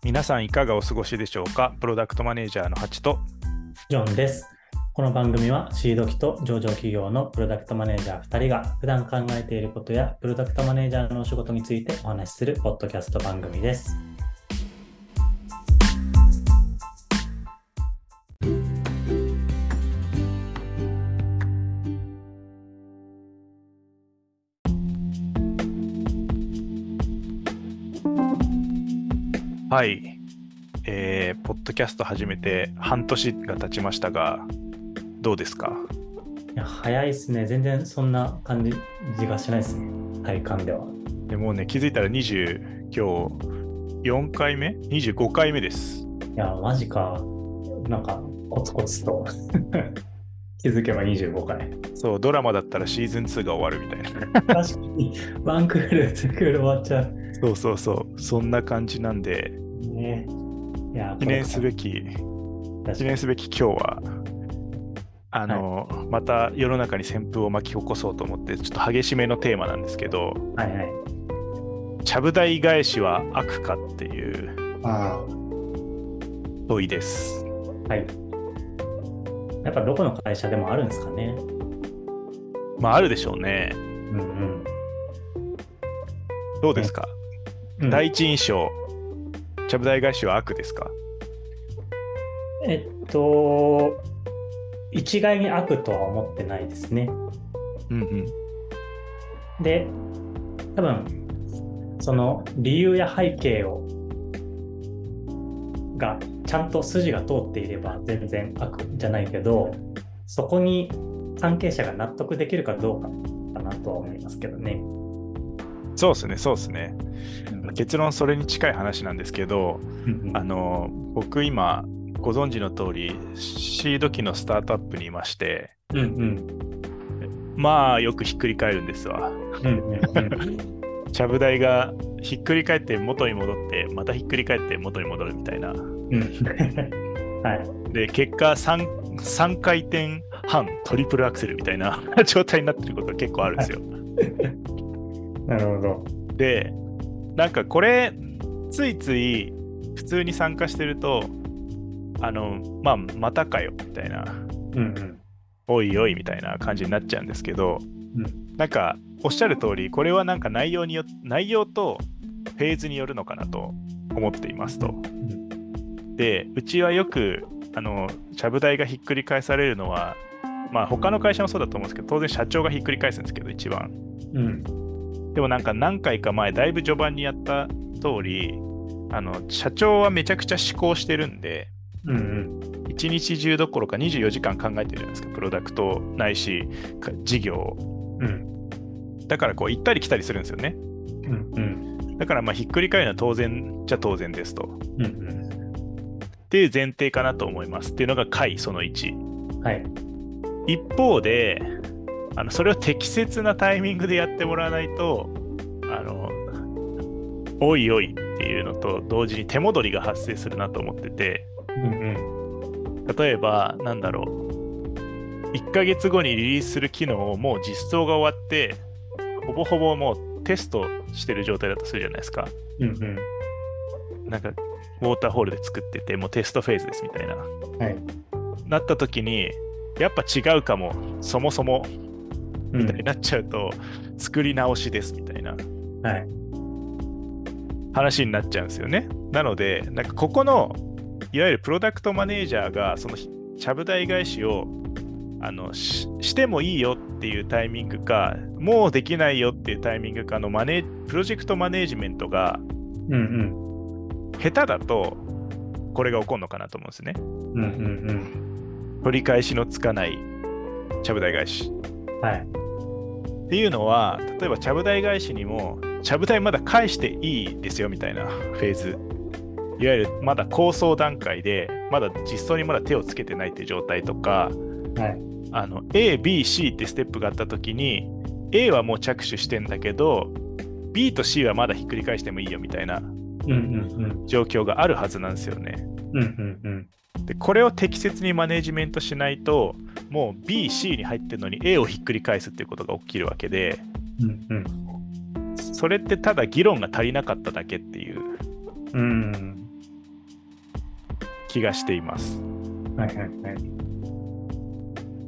皆さんいかがお過ごしでしょうか。プロダクトマネージャーのハチとジョンです。この番組はシード機と上場企業のプロダクトマネージャー2人が普段考えていることやプロダクトマネージャーのお仕事についてお話しするポッドキャスト番組です。 はい、ポッドキャスト始めて半年が経ちましたが、どうですか？ いや、早いですね。全然そんな感じがしないですね。体感では。 でもうね、気づいたら20、今日4回目 ?25 回目です。 いや、マジか。なんかコツコツと気づけば25回。 そう、ドラマだったらシーズン2が終わるみたいな。 確かに、ワンクール、ツークール終わっちゃう。 そうそうそう、そんな感じなんで、 ね、いや、 記念すべき今日は、また世の中に旋風を巻き起こそうと思って、ちょっと激しめのテーマなんですけど、 はいはい。 ちゃぶ台返しは悪かっていう問いです。 はい。やっぱどこの会社でもあるんですかね。 まああるでしょうね。 うんうん。 どうですか？第一印象、ちゃぶ台返しは悪ですか？ 一概に悪とは思ってないですね。 うんうん。 で、多分その理由や背景がちゃんと筋が通っていれば全然悪じゃないけど、そこに関係者が納得できるかどうかかなとは思いますけどね。 そうですね。結論それに近い話なんですけど、僕今ご存知の通りシード機のスタートアップにいまして、まあよくひっくり返るんですわ。ちゃぶ台がひっくり返って元に戻ってまたひっくり返って元に戻るみたいな、 はい、 で結果 3回転半トリプルアクセルみたいな状態になってることが結構あるんですよ。 なるほど。 でなんかこれついつい普通に参加してるとまたかよみたいな、おいおいみたいな感じになっちゃうんですけど、なんかおっしゃる通りこれはなんか内容とフェーズによるのかなと思っていますと。でうちはよくちゃぶ台がひっくり返されるのは、まあ他の会社もそうだと思うんですけど、当然社長がひっくり返すんですけど一番、でもなんか何回か前だいぶ序盤にやった通り、社長はめちゃくちゃ思考してるんで、一日中どころか24時間考えてるじゃないですか、プロダクトないし事業を、だからこう行ったり来たりするんですよね。だからまあひっくり返るのは当然じゃ当然ですと、っていう前提かなと思いますっていうのが回その1、はい、一方でそれを適切なタイミングでやってもらわないとおいおいっていうのと同時に手戻りが発生するなと思ってて、例えばなんだろう、1ヶ月後にリリースする機能をもう実装が終わってほぼほぼもうテストしてる状態だとするじゃないですか。なんかウォーターホールで作っててもうテストフェーズですみたいな、なった時にやっぱ違うかもそもそもみたいになっちゃうと、作り直しですみたいな、話になっちゃうんですよね。なのでなんかここのいわゆるプロダクトマネージャーがそのちゃぶ台返しをしてもいいよっていうタイミングか、もうできないよっていうタイミングかのプロジェクトマネージメントが下手だとこれが起こるのかなと思うんですね。取り返しのつかないちゃぶ台返し、っていうのは、例えばちゃぶ台返しにもちゃぶ台まだ返していいですよみたいなフェーズ、いわゆるまだ構想段階でまだ実装にまだ手をつけてないっていう状態とか、A、B、C ってステップがあった時に A はもう着手してんだけど B と C はまだひっくり返してもいいよみたいな状況があるはずなんですよね。でこれを適切にマネジメントしないともう B、C に入ってるのに A をひっくり返すっていうことが起きるわけで、それってただ議論が足りなかっただけっていう気がしています。 はいはいはい。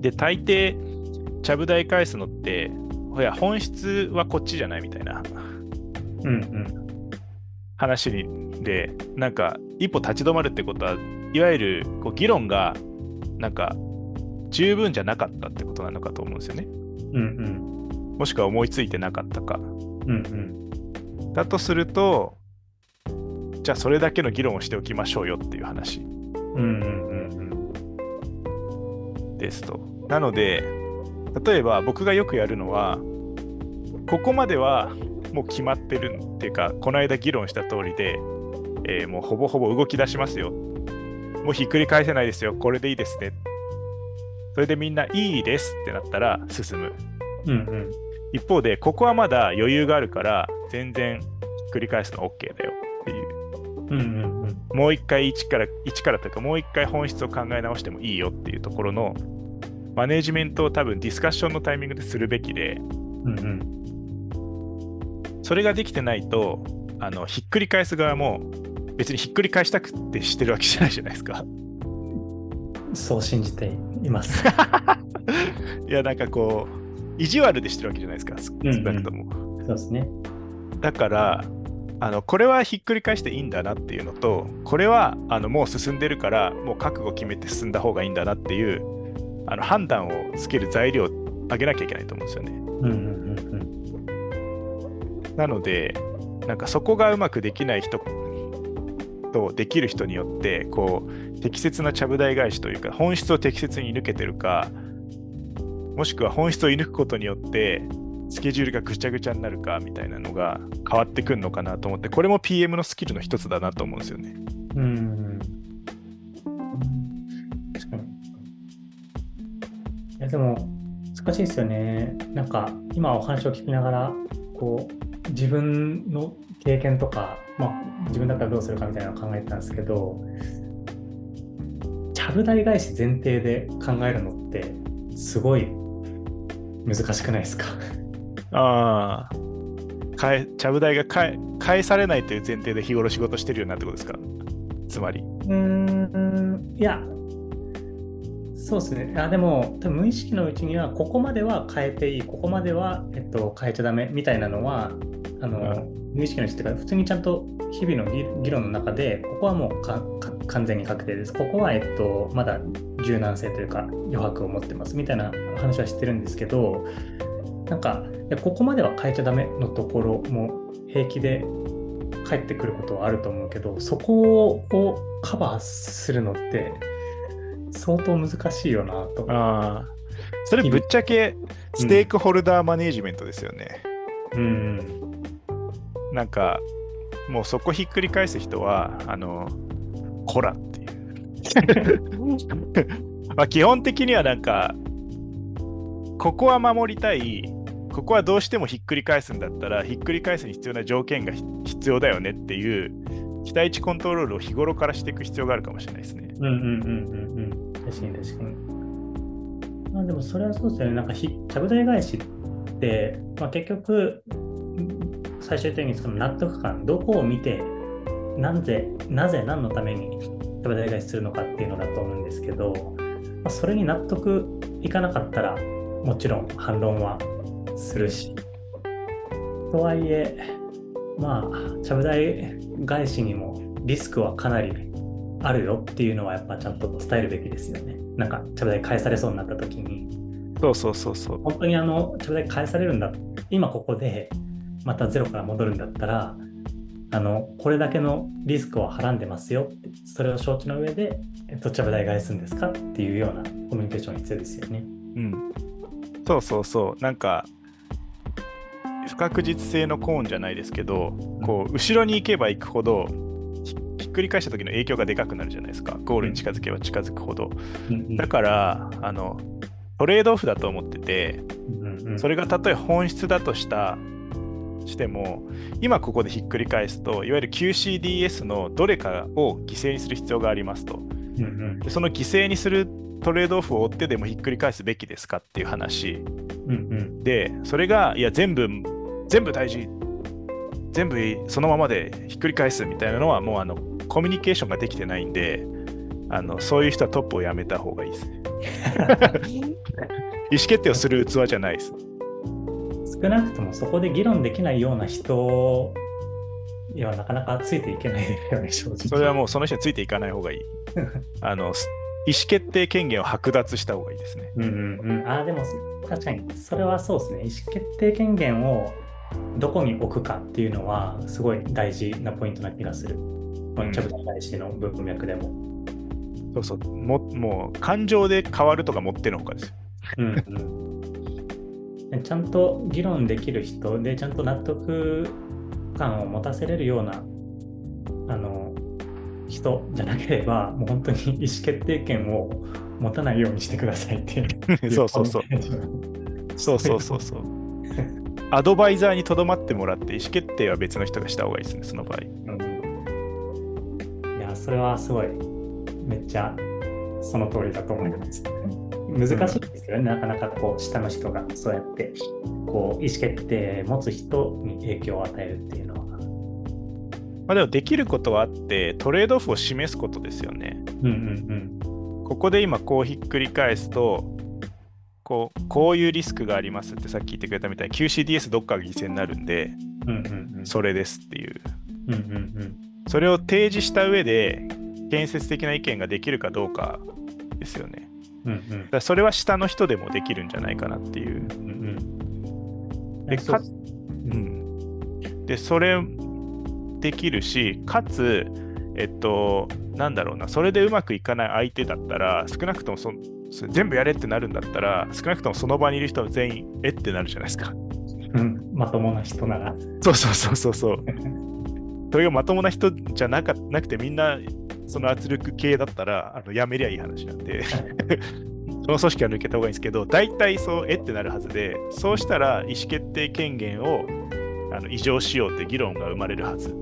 で、大抵、ちゃぶ台返すのって、いや、本質はこっちじゃないみたいなうんうん。 話で、なんか、一歩立ち止まるってことは、いわゆるこう議論が、なんか、十分じゃなかったってことなのかと思うんですよね。 うんもしくは思いついてなかったか。 うん。うんだとすると、じゃあそれだけの議論をしておきましょうよっていう話うん。うんうんうんですと。なので、例えば僕がよくやるのは、ここまではもう決まってるっていうか、この間議論した通りで、もうほぼほぼ動き出しますよ。もうひっくり返せないですよ。これでいいですね。それでみんないいですってなったら進む。 うんうん一方で、ここはまだ余裕があるから、全然ひっくり返すの OK だよっていう。 うんうんうん。 もう一回一からというか、もう一回本質を考え直してもいいよっていうところのマネジメントを多分ディスカッションのタイミングでするべきで、 うんうん。 それができてないと、ひっくり返す側も別にひっくり返したくってしてるわけじゃないじゃないですか。 そう信じています。 いや、なんかこう、意地悪でしてるわけじゃないですか、少なくとも。 そうですね。 だから、これはひっくり返していいんだなっていうのと、これはもう進んでるから、もう覚悟決めて進んだ方がいいんだなっていう判断をつける材料を上げなきゃいけないと思うんですよね。 うんうんうんなので、なんかそこがうまくできない人とできる人によって、こう、適切なちゃぶ台返しというか、本質を適切に射抜けてるか、もしくは本質を射抜くことによって、スケジュールがぐちゃぐちゃになるかみたいなのが変わってくるのかなと思って、これも PM のスキルの一つだなと思うんですよね。 うん。確かに。いやでも難しいですよね。なんか今お話を聞きながらこう自分の経験とか、まあ、自分だったらどうするかみたいなのを考えてたんですけど、ちゃぶ台返し前提で考えるのってすごい難しくないですか？ ああ、ちゃぶ台が返されないという前提で日頃仕事してるようなってことですか？つまり。 いや、そうですね。でも、多分無意識のうちには、ここまでは変えていい、ここまでは、変えちゃダメみたいなのは、無意識のうちというか、普通にちゃんと日々の議論の中で、ここはもう完全に確定です。ここは、まだ柔軟性というか、余白を持ってますみたいな話はしてるんですけど、なんか、ここまでは変えちゃダメのところも平気で返ってくることはあると思うけど、そこをカバーするのって相当難しいよなと。 ああ、それぶっちゃけステークホルダーマネジメントですよね。 うん。 なんか、もうそこひっくり返す人は、こらっていう。まあ基本的にはなんか、ここは守りたい、ここはどうしてもひっくり返すんだったら、ひっくり返すに必要な条件が必要だよねっていう期待値コントロールを日頃からしていく必要があるかもしれないですね。 うんうんうんうんうん。確かに確かに。まあでもそれはそうですよね。なんかちゃぶ台返しって、まあ、結局、最終的にその納得感、どこを見て、なぜ何のためにちゃぶ台返しするのかっていうのだと思うんですけど、まあ、それに納得いかなかったら、もちろん反論はするし、とはいえ、まあ、ちゃぶ台返しにもリスクはかなりあるよっていうのはやっぱちゃんと伝えるべきですよね。なんか、ちゃぶ台返されそうになった時に、 そうそうそうそう。 本当にちゃぶ台返されるんだ、今ここでまたゼロから戻るんだったら、これだけのリスクをはらんでますよって、それを承知の上で、ちゃぶ台返すんですかっていうようなコミュニケーションが必要ですよね。 うん。そうそうそう。なんか、不確実性のコーンじゃないですけど、こう後ろに行けば行くほどひっくり返した時の影響がでかくなるじゃないですか。ゴールに近づけば近づくほど。だからトレードオフだと思ってて、それがたとえ本質だとしても、今ここでひっくり返すと、いわゆる QCDS のどれかを犠牲にする必要がありますと。でその犠牲にするトレードオフを追ってでもひっくり返すべきですかっていう話。で、それがいや全部大事、全部そのままでひっくり返すみたいなのはもうコミュニケーションができてないんで、 そういう人はトップをやめた方がいいですね。意思決定をする器じゃないです。 少なくともそこで議論できないような人にはなかなかついていけないですよね、正直。 それはもうその人についていかない方がいい。意思決定権限を剥奪した方がいいですね。 うんうんうん。でも確かにそれはそうですね。意思決定権限をどこに置くかっていうのはすごい大事なポイントな気がする。ちゃぶ台返しの文脈でも。 そうそう。もう感情で変わるとか持ってのほかですよ。 うんうん。ちゃんと議論できる人で、ちゃんと納得感を持たせれるような人じゃなければ、もう本当に意思決定権を持たないようにしてくださいっていう。 そうそうそう。そうそうそうそう。アドバイザーにとどまってもらって、意思決定は別の人がした方がいいですね、その場合。 いや、それはすごい、めっちゃその通りだと思います。難しいですけどね、なかなかこう下の人がそうやってこう意思決定持つ人に影響を与えるっていうのは。 でもできることはあって、トレードオフを示すことですよね。ここで今こうひっくり返すと、こういうリスクがありますってさっき言ってくれたみたいに QCDS どっかが犠牲になるんで、それですっていう。それを提示した上で建設的な意見ができるかどうかですよね。だからそれは下の人でもできるんじゃないかなっていう。でそれできるし、かつなんだろうな、それでうまくいかない相手だったら、少なくともそれ全部やれってなるんだったら、少なくともその場にいる人は全員ってなるじゃないですか。 まともな人なら。 そうそうそうそう。それがまともな人じゃなくて、みんなその圧力系だったらやめりゃいい話なんでその組織は抜けた方がいいんですけど、大体そうってなるはずで、そうしたら意思決定権限を移譲しようって議論が生まれるはず。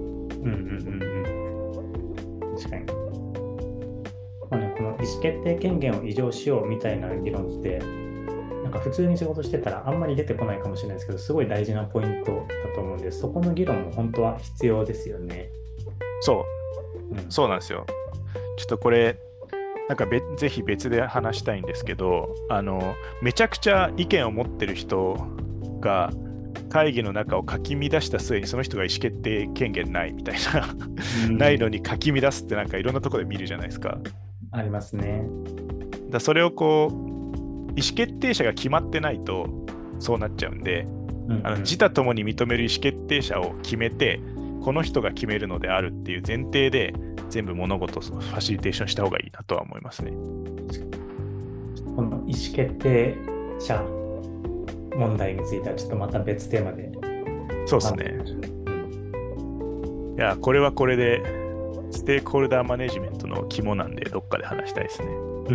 確かに。この意思決定権限を移譲しようみたいな議論って、なんか普通に仕事してたらあんまり出てこないかもしれないですけど、すごい大事なポイントだと思うんで、そこの議論も本当は必要ですよね。 そうなんですよ。ちょっとこれ、なんかぜひ別で話したいんですけど、めちゃくちゃ意見を持ってる人が会議の中をかき乱した末にその人が意思決定権限ないみたいなないのにかき乱すってなんかいろんなところで見るじゃないですか。 ありますね。 それをこう意思決定者が決まってないとそうなっちゃうんで、自他ともに認める意思決定者を決めて、この人が決めるのであるっていう前提で全部物事をファシリテーションした方がいいなとは思いますね。 この意思決定者問題についてはちょっとまた別テーマで。 そうですね。いや、これはこれでステークホルダーマネジメントの肝なんで、どっかで話したいですね。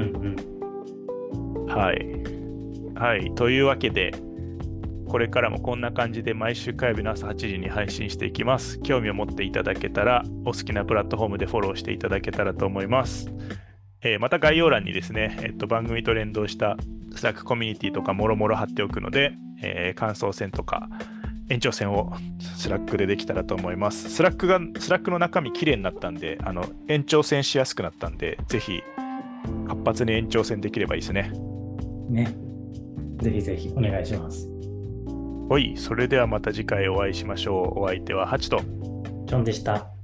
はい。というわけで、これからもこんな感じで毎週火曜日の朝8時に配信していきます。興味を持っていただけたら、お好きなプラットフォームでフォローしていただけたらと思います。また概要欄にですね、番組と連動したスラックコミュニティとかもろもろ貼っておくので、感想戦とか延長戦をスラックでできたらと思います。スラックの中身きれいになったんで、延長戦しやすくなったんで、ぜひ活発に延長戦できればいいですね。 ぜひぜひお願いします。 それではまた次回お会いしましょう。お相手はハチとジョンでした。